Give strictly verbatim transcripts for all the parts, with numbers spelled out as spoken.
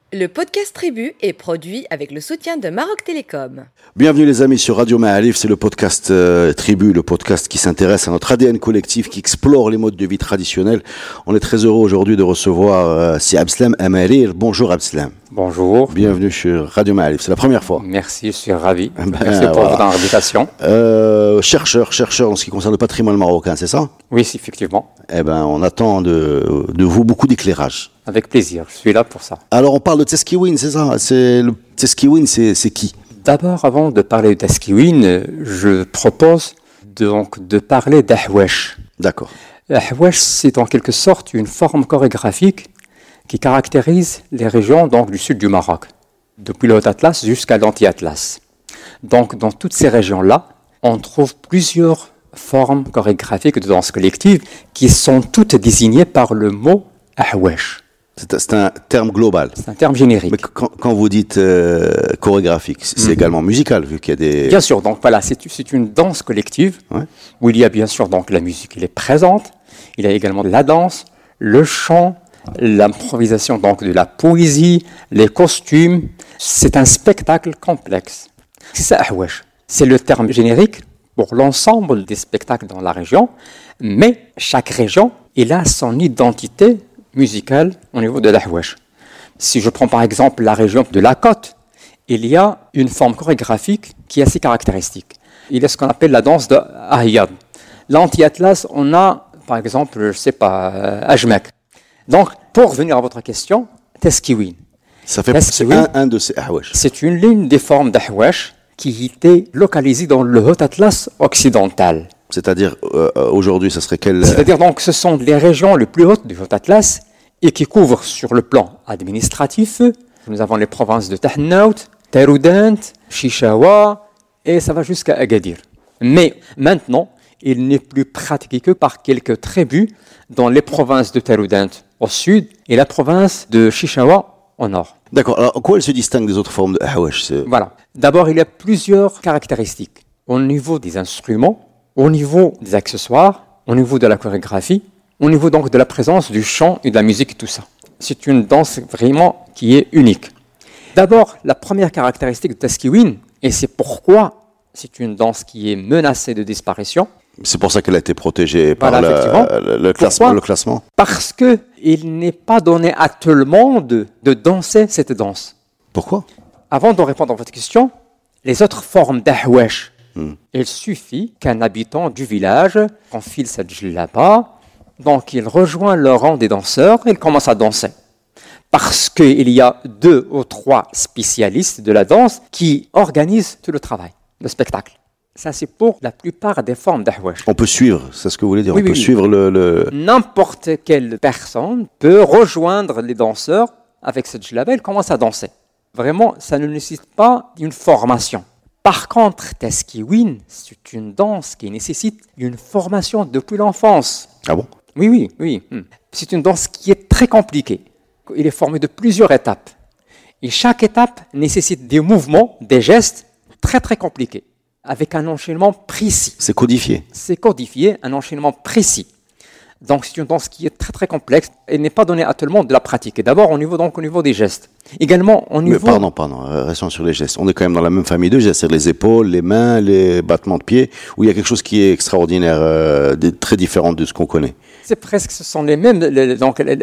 Le podcast Tribu est produit avec le soutien de Maroc Télécom. Bienvenue les amis sur Radio Ma'arif, c'est le podcast euh, Tribu, le podcast qui s'intéresse à notre A D N collectif, qui explore les modes de vie traditionnels. On est très heureux aujourd'hui de recevoir euh, Si Abdeslam Amarir. Bonjour Abdeslam. Bonjour. Bienvenue sur Radio Ma'arif, c'est la première fois. Merci, je suis ravi. Ben, Merci pour voilà. votre invitation. Euh, chercheur, chercheur en ce qui concerne le patrimoine marocain, c'est ça? Oui, c'est effectivement. Eh ben, on attend de, de vous beaucoup d'éclairage. Avec plaisir, je suis là pour ça. Alors on parle de Tezkiwin, c'est ça? C'est le Tezkiwin, c'est c'est qui? D'abord, avant de parler de Tezkiwin, je propose donc de parler d'Ahwesh. D'accord. L'Ahwesh, c'est en quelque sorte une forme chorégraphique qui caractérise les régions donc, du sud du Maroc, depuis le Haut-Atlas jusqu'à l'Anti-Atlas. Donc, dans toutes ces régions-là, on trouve plusieurs formes chorégraphiques de danse collective qui sont toutes désignées par le mot Ahwesh. C'est, c'est un terme global. C'est un terme générique. Mais quand, quand vous dites euh, chorégraphique, c'est mmh. également musical, vu qu'il y a des... Bien sûr, donc voilà, c'est, c'est une danse collective, ouais. où il y a bien sûr donc la musique, elle est présente, il y a également la danse, le chant, l'improvisation donc de la poésie, les costumes. C'est un spectacle complexe. C'est ça, Ahwesh. C'est le terme générique pour l'ensemble des spectacles dans la région, mais chaque région, elle a son identité musicale au niveau de l'Ahwesh. Si je prends par exemple la région de la côte, il y a une forme chorégraphique qui est assez caractéristique. Il y a ce qu'on appelle la danse de Ahyab. L'Anti-Atlas, on a par exemple, je ne sais pas, euh, Ajmek. Donc, pour revenir à votre question, Tezkiwin. Ça fait c'est un, un de ces Ahwesh. C'est une ligne des formes d'Ahwesh qui était localisée dans le Haut-Atlas occidental. C'est-à-dire, euh, aujourd'hui, ça serait quelle... C'est-à-dire, donc, ce sont les régions les plus hautes du Haut-Atlas et qui couvrent sur le plan administratif. Nous avons les provinces de Tahnaout, Taroudant, Chichawa, et ça va jusqu'à Agadir. Mais maintenant, il n'est plus pratiqué que par quelques tribus dans les provinces de Taroudant au sud et la province de Chichawa au nord. D'accord. Alors, en quoi elle se distingue des autres formes de Ahwesh? C'est... Voilà. D'abord, il y a plusieurs caractéristiques. Au niveau des instruments, au niveau des accessoires, au niveau de la chorégraphie, au niveau donc de la présence du chant et de la musique et tout ça. C'est une danse vraiment qui est unique. D'abord, la première caractéristique de Tezkiwin, et c'est pourquoi c'est une danse qui est menacée de disparition. C'est pour ça qu'elle a été protégée par voilà, le, le, classement, le classement. Parce qu'il n'est pas donné à tout le monde de danser cette danse. Pourquoi? Avant de répondre à votre question, les autres formes d'Ahwesh, hmm. il suffit qu'un habitant du village enfile sa djellaba, donc il rejoint le rang des danseurs et il commence à danser. Parce qu'il y a deux ou trois spécialistes de la danse qui organisent tout le travail, le spectacle. Ça, c'est pour la plupart des formes d'Ahwesh. On peut suivre, c'est ce que vous voulez dire, oui, on oui, peut oui. suivre le, le... N'importe quelle personne peut rejoindre les danseurs avec cette djellaba, il commence à danser. Vraiment, ça ne nécessite pas une formation. Par contre, Tezkiwin, c'est une danse qui nécessite une formation depuis l'enfance. Ah bon? Oui, oui, oui. C'est une danse qui est très compliquée. Il est formé de plusieurs étapes. Et chaque étape nécessite des mouvements, des gestes très, très compliqués, avec un enchaînement précis. C'est codifié. C'est codifié, un enchaînement précis. Donc, c'est une danse qui est très, très complexe et n'est pas donnée à tout le monde de la pratiquer. D'abord, au niveau, donc, au niveau des gestes. Également, au niveau... Mais pardon, pardon, restons sur les gestes. On est quand même dans la même famille de gestes, c'est les épaules, les mains, les battements de pieds, où il y a quelque chose qui est extraordinaire, euh, très différent de ce qu'on connaît. C'est presque, ce sont les mêmes... Les, donc, les,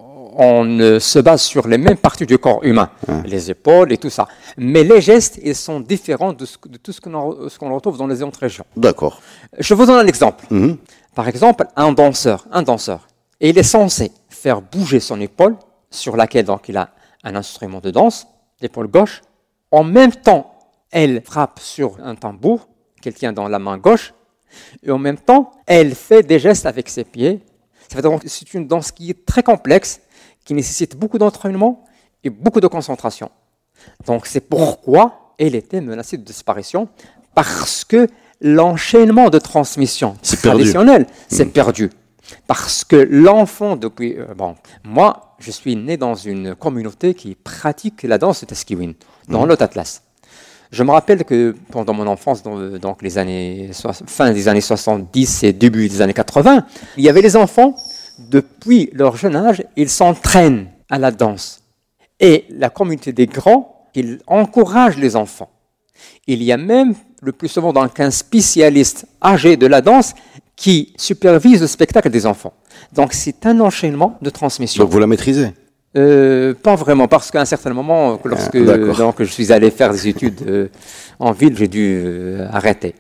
on euh, se base sur les mêmes parties du corps humain, hein. Les épaules et tout ça. Mais les gestes, ils sont différents de, ce, de tout ce qu'on, ce qu'on retrouve dans les autres régions. D'accord. Je vous donne un exemple. Mm-hmm. Par exemple, un danseur, un danseur, et il est censé faire bouger son épaule, sur laquelle donc il a un instrument de danse, l'épaule gauche. En même temps, elle frappe sur un tambour qu'elle tient dans la main gauche, et en même temps, elle fait des gestes avec ses pieds. Ça veut dire que c'est une danse qui est très complexe, qui nécessite beaucoup d'entraînement et beaucoup de concentration. Donc c'est pourquoi elle était menacée de disparition, parce que l'enchaînement de transmission c'est traditionnelle, perdu. c'est mmh. perdu. Parce que l'enfant, depuis... Euh, bon, moi, je suis né dans une communauté qui pratique la danse de Tezkiwin, dans mmh. le Haut-Atlas. Je me rappelle que pendant mon enfance, dans, donc les années, fin des années soixante-dix et début des années quatre-vingts, il y avait les enfants, depuis leur jeune âge, ils s'entraînent à la danse. Et la communauté des grands, ils encouragent les enfants. Il y a même, le plus souvent, donc, un spécialiste âgé de la danse qui supervise le spectacle des enfants. Donc, c'est un enchaînement de transmission. Donc, vous la maîtrisez? euh, Pas vraiment, parce qu'à un certain moment, lorsque ah, donc, je suis allé faire des études euh, en ville, j'ai dû euh, arrêter.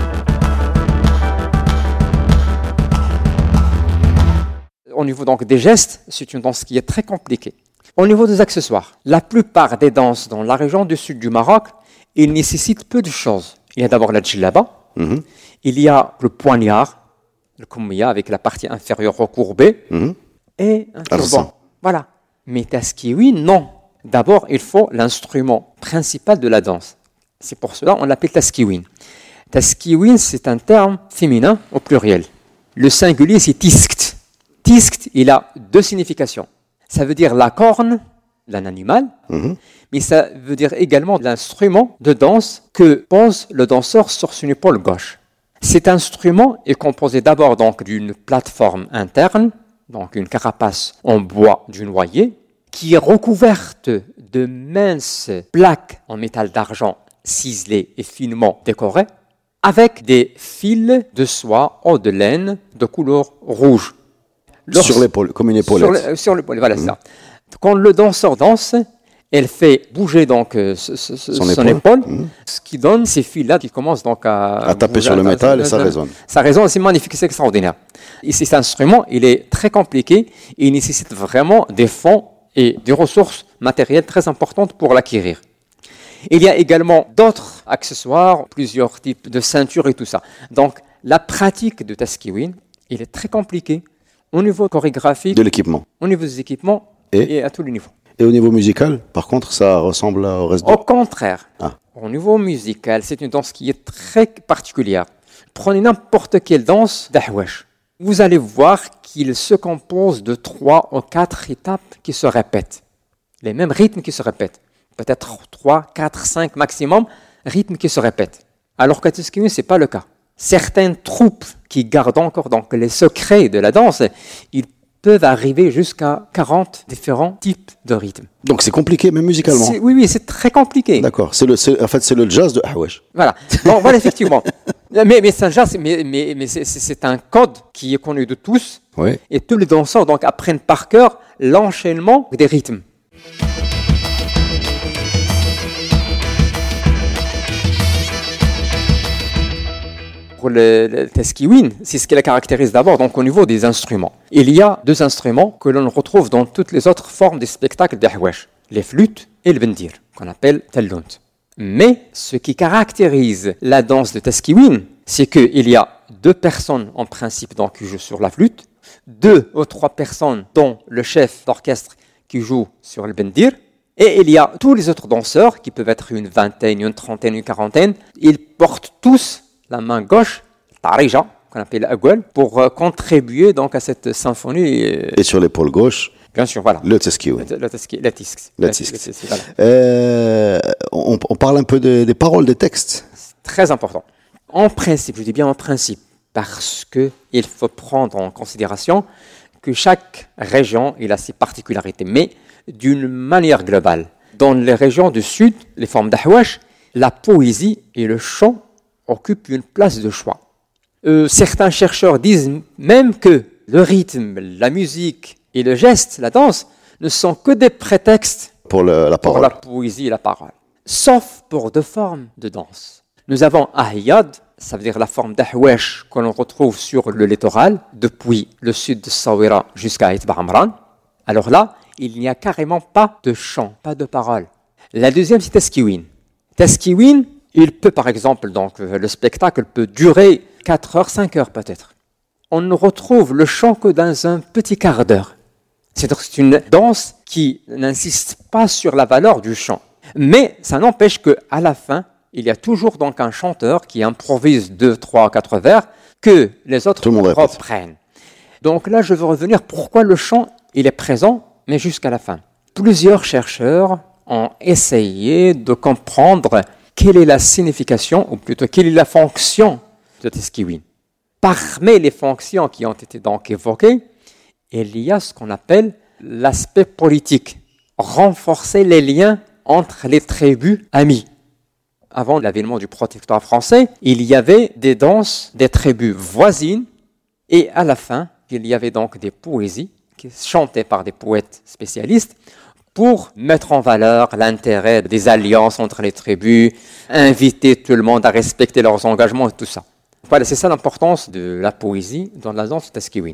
Au niveau donc, des gestes, c'est une danse qui est très compliquée. Au niveau des accessoires, la plupart des danses dans la région du sud du Maroc, ils nécessitent peu de choses. Il y a d'abord la djellaba, mm-hmm. il y a le poignard, le koumia avec la partie inférieure recourbée, mm-hmm. et un turban. Voilà. Mais taskiwin, non. D'abord, il faut l'instrument principal de la danse. C'est pour cela qu'on l'appelle taskiwin. Taskiwin, c'est un terme féminin au pluriel. Le singulier, c'est tiskt. Tiskt, il a deux significations. Ça veut dire la corne d'un animal, mm-hmm. mais ça veut dire également l'instrument de danse que pose le danseur sur son épaule gauche. Cet instrument est composé d'abord donc d'une plateforme interne, donc une carapace en bois du noyer, qui est recouverte de minces plaques en métal d'argent ciselées et finement décorées, avec des fils de soie ou de laine de couleur rouge. Lors, sur l'épaule, comme une épaulette. Sur, le, sur l'épaule, voilà mmh. ça. Quand le danseur danse, elle fait bouger donc euh, ce, ce, son, son épaule, épaule mmh. ce qui donne ces fils-là qui commencent donc à, à taper sur le métal et ça résonne. Ça résonne, c'est magnifique, c'est extraordinaire. Et cet instrument, il est très compliqué et il nécessite vraiment des fonds et des ressources matérielles très importantes pour l'acquérir. Il y a également d'autres accessoires, plusieurs types de ceintures et tout ça. Donc, la pratique de taskiwin, il est très compliqué. Au niveau chorégraphique, de l'équipement, au niveau des équipements et, et à tous les niveaux. Et au niveau musical, par contre, ça ressemble au reste de... Au contraire. Ah. Au niveau musical, c'est une danse qui est très particulière. Prenez n'importe quelle danse d'ahwash. Vous allez voir qu'il se compose de trois ou quatre étapes qui se répètent. Les mêmes rythmes qui se répètent. Peut-être trois, quatre, cinq maximum, rythmes qui se répètent. Alors qu'à taskiwin, ce n'est pas le cas. Certaines troupes qui gardent encore donc les secrets de la danse, ils peuvent arriver jusqu'à quarante différents types de rythmes. Donc c'est compliqué même musicalement. C'est, oui, oui, c'est très compliqué. D'accord. C'est le, c'est, en fait, c'est le jazz de Ahwash. Voilà. Bon, voilà, effectivement. mais, mais c'est un jazz, mais, mais, mais c'est, c'est un code qui est connu de tous. Oui. Et tous les danseurs donc apprennent par cœur l'enchaînement des rythmes. Pour le, le taskiwin, c'est ce qui la caractérise d'abord donc au niveau des instruments. Il y a deux instruments que l'on retrouve dans toutes les autres formes des spectacles d'ahwash, les flûtes et le bendir, qu'on appelle tallunt. Mais ce qui caractérise la danse de taskiwin, c'est qu'il y a deux personnes en principe donc, qui jouent sur la flûte, deux ou trois personnes dont le chef d'orchestre qui joue sur le bendir, et il y a tous les autres danseurs qui peuvent être une vingtaine, une trentaine, une quarantaine. Ils portent tous la main gauche, tarija, qu'on appelle agwal, pour euh, contribuer donc à cette symphonie. Euh, et sur l'épaule gauche, bien sûr, voilà. Le taskiwin. Le, le taski, la tisks. La tisks. Voilà. Euh, on, on parle un peu de, des paroles des textes. C'est très important. En principe, je dis bien en principe, parce qu'il faut prendre en considération que chaque région il a ses particularités, mais d'une manière globale. Dans les régions du sud, les formes d'ahwash, la poésie et le chant occupent une place de choix. Euh, certains chercheurs disent même que le rythme, la musique et le geste, la danse, ne sont que des prétextes pour, le, la, pour parole. la poésie et la parole. Sauf pour deux formes de danse. Nous avons Ahyad, ça veut dire la forme d'ahwash que l'on retrouve sur le littoral, depuis le sud de Sawira jusqu'à Itba Amran. Alors là, il n'y a carrément pas de chant, pas de parole. La deuxième, c'est taskiwin. Taskiwin, il peut par exemple, donc le spectacle peut durer quatre heures, cinq heures peut-être. On ne retrouve le chant que dans un petit quart d'heure. C'est-à-dire que c'est une danse qui n'insiste pas sur la valeur du chant. Mais ça n'empêche qu'à la fin, il y a toujours donc un chanteur qui improvise deux, trois, quatre vers que les autres reprennent. Donc là, je veux revenir pourquoi le chant, il est présent, mais jusqu'à la fin. Plusieurs chercheurs ont essayé de comprendre quelle est la signification, ou plutôt quelle est la fonction de taskiwin. Parmi les fonctions qui ont été donc évoquées, il y a ce qu'on appelle l'aspect politique, renforcer les liens entre les tribus amies. Avant l'avènement du protectorat français, il y avait des danses des tribus voisines et à la fin, il y avait donc des poésies chantées par des poètes spécialistes pour mettre en valeur l'intérêt des alliances entre les tribus, inviter tout le monde à respecter leurs engagements et tout ça. Voilà, c'est ça l'importance de la poésie dans la danse Teskewin.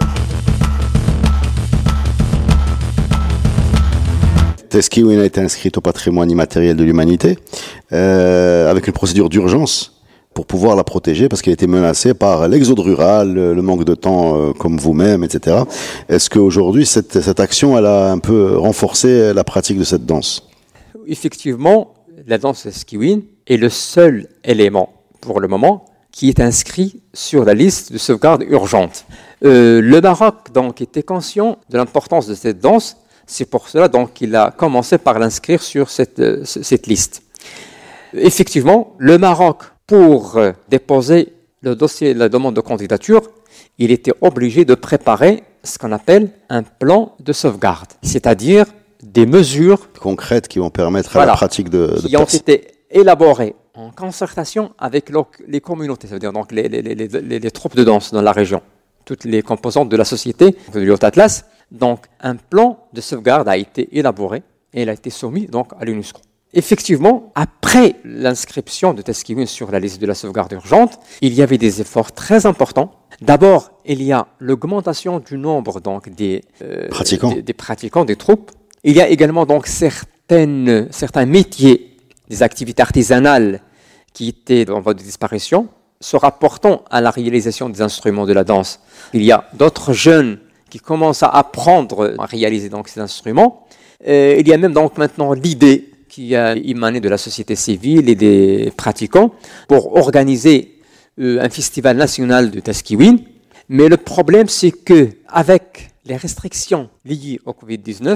Teskewin a été inscrite au patrimoine immatériel de l'humanité euh, avec une procédure d'urgence pour pouvoir la protéger parce qu'elle était menacée par l'exode rural, le manque de temps euh, comme vous-même, et cetera. Est-ce qu'aujourd'hui, cette, cette action, elle a un peu renforcé la pratique de cette danse? Effectivement, la danse Teskewin est le seul élément, pour le moment, qui est inscrit sur la liste de sauvegarde urgente. Euh, le Maroc donc, était conscient de l'importance de cette danse. C'est pour cela donc, qu'il a commencé par l'inscrire sur cette, euh, cette liste. Effectivement, le Maroc, pour euh, déposer le dossier, la demande de candidature, il était obligé de préparer ce qu'on appelle un plan de sauvegarde, c'est-à-dire des mesures concrètes qui vont permettre à voilà, la pratique de... de qui ont été élaborées en concertation avec les communautés, c'est-à-dire donc les, les, les, les, les troupes de danse dans la région, toutes les composantes de la société de l'Haut-Atlas. Donc, un plan de sauvegarde a été élaboré et il a été soumis donc, à l'UNESCO. Effectivement, après l'inscription de Teskewin sur la liste de la sauvegarde urgente, il y avait des efforts très importants. D'abord, il y a l'augmentation du nombre donc, des, euh, pratiquants. Des, des pratiquants, des troupes. Il y a également donc, certaines, certains métiers, des activités artisanales qui étaient en voie de disparition, se rapportant à la réalisation des instruments de la danse. Il y a d'autres jeunes qui commencent à apprendre à réaliser donc, ces instruments. Euh, il y a même donc maintenant l'idée qui a émané de la société civile et des pratiquants pour organiser euh, un festival national de Teskewin. Mais le problème, c'est que avec les restrictions liées au covid dix-neuf,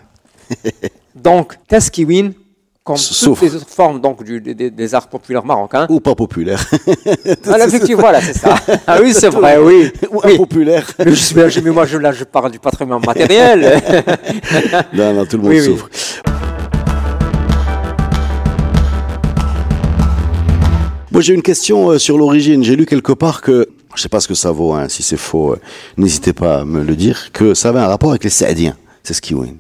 donc Teskewin, comme Sauf. toutes les autres formes donc, du, des, des arts populaires marocains. Ou pas populaires. Voilà, effectivement, voilà, c'est ça. Ah oui, c'est vrai, oui. Ou oui. impopulaires. Mais, je, mais moi, je, là, je parle du patrimoine matériel. Non, non, tout le monde oui, souffre. Oui. Moi, j'ai une question euh, sur l'origine. J'ai lu quelque part que, je ne sais pas ce que ça vaut, hein, si c'est faux, euh, n'hésitez pas à me le dire, que ça avait un rapport avec les Saadiens. C'est ce qui win.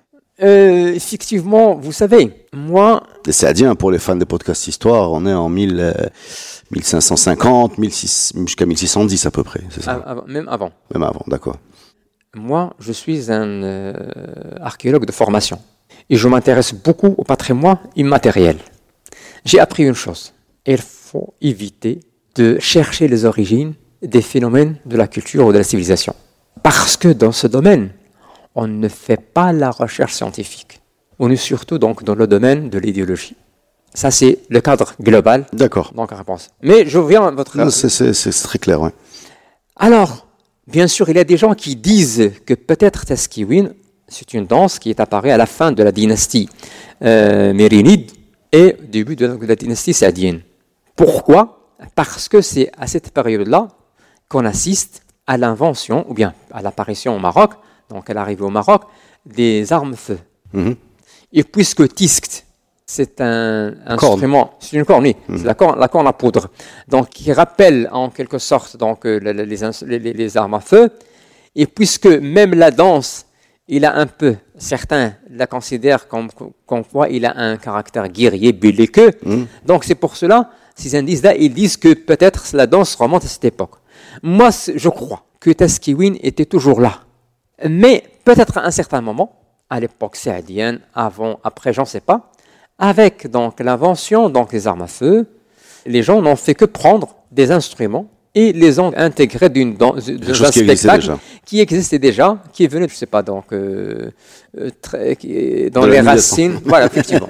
Euh, effectivement, vous savez, moi... Les Saadiens, pour les fans des podcasts histoire, on est en mille, euh, mille cinq cent cinquante, mille six, jusqu'à mille six cent dix à peu près, c'est ça? Avant, même avant. Même avant, d'accord. Moi, je suis un euh, archéologue de formation et je m'intéresse beaucoup au patrimoine immatériel. J'ai appris une chose, il faut éviter de chercher les origines des phénomènes de la culture ou de la civilisation. Parce que dans ce domaine, on ne fait pas la recherche scientifique. On est surtout donc dans le domaine de l'idéologie. Ça, c'est le cadre global. D'accord. Donc, réponse. Mais je reviens à votre... Non, c'est, c'est, c'est très clair, oui. Alors, bien sûr, il y a des gens qui disent que peut-être Teskewin, c'est une danse qui est apparue à la fin de la dynastie euh, mérinide et au début de la, de la dynastie saadienne. Pourquoi? Parce que c'est à cette période-là qu'on assiste à l'invention, ou bien à l'apparition au Maroc, donc à l'arrivée au Maroc, des armes-feu. Mm-hmm. Et puisque Tiskt, c'est un, un corne. instrument, c'est une corne, oui, Mm-hmm. c'est la corne, la corne à poudre, donc qui rappelle en quelque sorte donc, les, les, les, les armes à feu, et puisque même la danse, il a un peu, certains la considèrent comme, comme quoi il a un caractère guerrier, belliqueux, mm-hmm. donc c'est pour cela, ces indices-là, ils disent que peut-être la danse remonte à cette époque. Moi, je crois que Teskewin était toujours là. Mais peut-être à un certain moment, à l'époque saadienne, avant, après, j'en sais pas, avec donc l'invention donc des armes à feu, les gens n'ont fait que prendre des instruments et les ont intégrés d'une dans, d'un qui spectacle qui existait déjà, qui est venu, je sais pas, donc euh, euh, très, qui, dans de les racines, voilà, effectivement.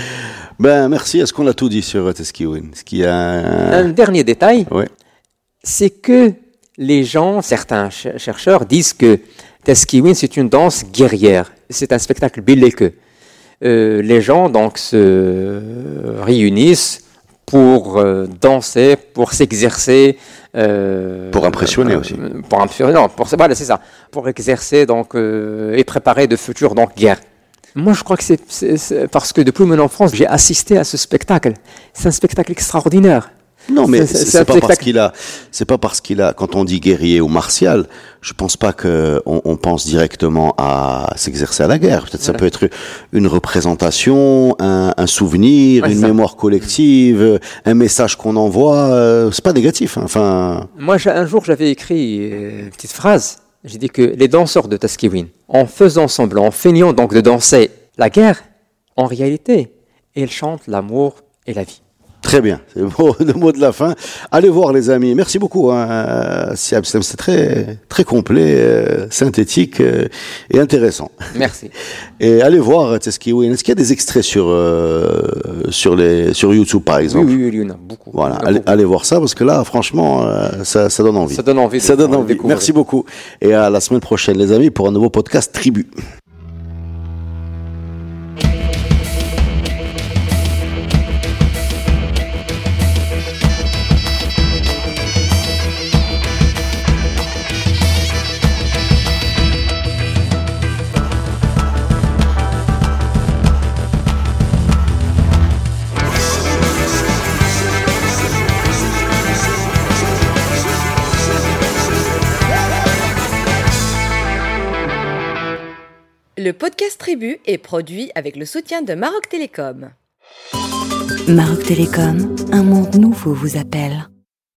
Ben merci. Est-ce qu'on a tout dit sur Teskewin? Ce qui a un... un dernier détail, ouais. c'est que les gens, certains ch- chercheurs disent que Teskewin, c'est une danse guerrière. C'est un spectacle belliqueux. Euh, les gens donc se réunissent pour euh, danser, pour s'exercer. Euh, pour impressionner euh, aussi. Pour impressionner, non, pour, voilà, c'est ça. Pour exercer donc euh, et préparer de futures donc guerres. Moi, je crois que c'est, c'est, c'est parce que depuis mon enfance, j'ai assisté à ce spectacle. C'est un spectacle extraordinaire. Non, mais c'est, c'est, c'est, c'est c'est pas spectacle... parce qu'il a, c'est pas parce qu'il a, quand on dit guerrier ou martial, je pense pas que on, on pense directement à s'exercer à la guerre. Peut-être voilà. Ça peut être une représentation, un, un souvenir, ouais, une ça. mémoire collective, un message qu'on envoie. C'est pas négatif. Hein. Enfin. Moi, un jour, j'avais écrit une petite phrase. J'ai dit que les danseurs de Taskiwin, en faisant semblant, en feignant donc de danser la guerre, en réalité, ils chantent l'amour et la vie. Très bien, c'est le mot, le mot de la fin. Allez voir les amis, merci beaucoup. Hein. Si Abdeslam, c'est très très complet, euh, synthétique euh, et intéressant. Merci. Et allez voir Taskiwin. Est-ce qu'il y a des extraits sur euh, sur les sur YouTube par exemple? Oui, oui, oui, il y en a beaucoup. Voilà, a allez, beaucoup. allez voir ça parce que là, franchement, euh, ça ça donne envie. Ça donne envie. De ça donne envie. Découvrir. Merci beaucoup. Et à la semaine prochaine, les amis, pour un nouveau podcast Tribu. Le podcast Tribu est produit avec le soutien de Maroc Télécom. Maroc Télécom, un monde nouveau vous appelle.